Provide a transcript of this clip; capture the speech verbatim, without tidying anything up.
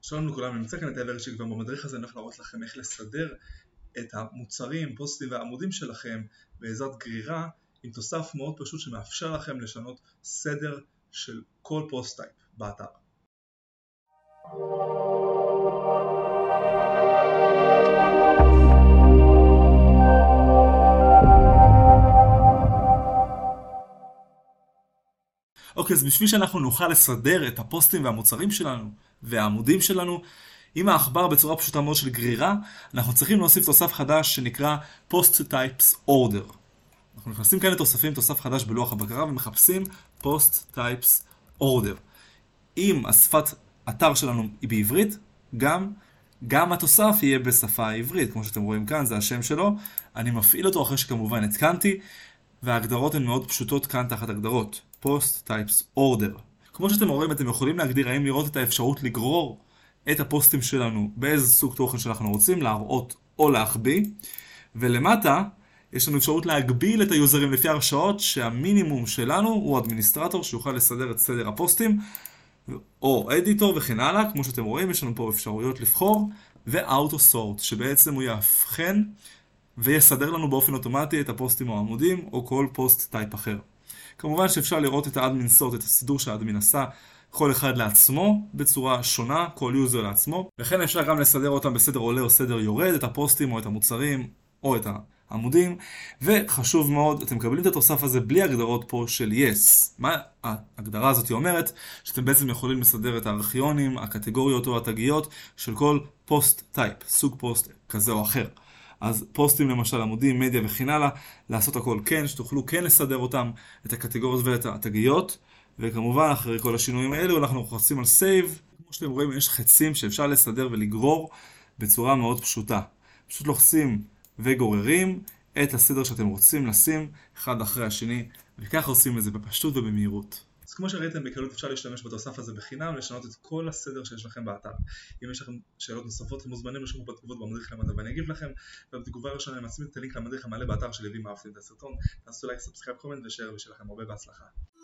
שלום לכולם, אני נמצא כאן את האברצ'יק, ובמדריך הזה אני הולך להראות לכם איך לסדר את המוצרים, פוסטים והעמודים שלכם בעזרת גרירה עם תוסף מאוד פשוט שמאפשר לכם לשנות סדר של כל פוסט טייפ באתר. אוקיי, אז בשביל שאנחנו נוכל לסדר את הפוסטים והמוצרים שלנו והעמודים שלנו עם העכבר בצורה פשוטה מאוד של גרירה, אנחנו צריכים להוסיף תוסף חדש שנקרא Post Types Order. אנחנו נכנסים כאן לתוספים, תוסף חדש בלוח הבקרה, ומחפשים Post Types Order. אם השפת אתר שלנו היא בעברית, גם, גם התוסף יהיה בשפה העברית. כמו שאתם רואים כאן, זה השם שלו. אני מפעיל אותו אחרי שכמובן התקנתי, וההגדרות הן מאוד פשוטות כאן תחת הגדרות. Post Types Order. כמו שאתם רואים, אתם יכולים להגדיר האם לראות את האפשרות לגרור את הפוסטים שלנו באיזה סוג תוכן שאנחנו רוצים, להראות או להחביא. ולמטה יש לנו אפשרות להגביל את היוזרים לפי הרשאות שהמינימום שלנו הוא אדמיניסטרטור שיוכל לסדר את סדר הפוסטים, או אדיטור וכן הלאה. כמו שאתם רואים, יש לנו פה אפשרויות לבחור, ו-Auto Sort, שבעצם הוא יאבחן ויסדר לנו באופן אוטומטי את הפוסטים או העמודים, או כל פוסט טייפ אחר. כמובן שאפשר לראות את האדמין סורט, את הסידור שהאדמין עשה, כל אחד לעצמו, בצורה שונה, כל יוזר לעצמו. וכן אפשר גם לסדר אותם בסדר עולה או סדר יורד, את הפוסטים או את המוצרים או את העמודים. וחשוב מאוד, אתם מקבלים את התוסף הזה בלי הגדרות פה של yes. מה ההגדרה הזאת אומרת? שאתם בעצם יכולים לסדר את הארכיונים, הקטגוריות או התגיות של כל פוסט טייפ, סוג פוסט כזה או אחר. אז פוסטים למשל, עמודים, מדיה וכן הלאה, לעשות הכל כן, שתוכלו כן לסדר אותם, את הקטגוריות ואת התגיות. וכמובן, אחרי כל השינויים האלו, אנחנו חוצים על סייב. כמו שאתם רואים, יש חצים שאפשר לסדר ולגרור בצורה מאוד פשוטה. פשוט לוחצים וגוררים את הסדר שאתם רוצים לשים אחד אחרי השני, וכך עושים את זה בפשטות ובמהירות. אז כמו שראיתם, בקלות אפשר להשתמש בתוסף הזה בחינם, לשנות את כל הסדר שיש לכם באתר. אם יש לכם שאלות נוספות, אתם מוזמנים לשמור בתגובות במדריך למטה ואני אגיב לכם. ובתגובה הראשונה אני מצמיד את הלינק למדריך המלא באתר של אם אהבתם את הסרטון. תעשו לייק, סאבסקרייב, קומנט ושאר, ושיהיה לכם הרבה בהצלחה.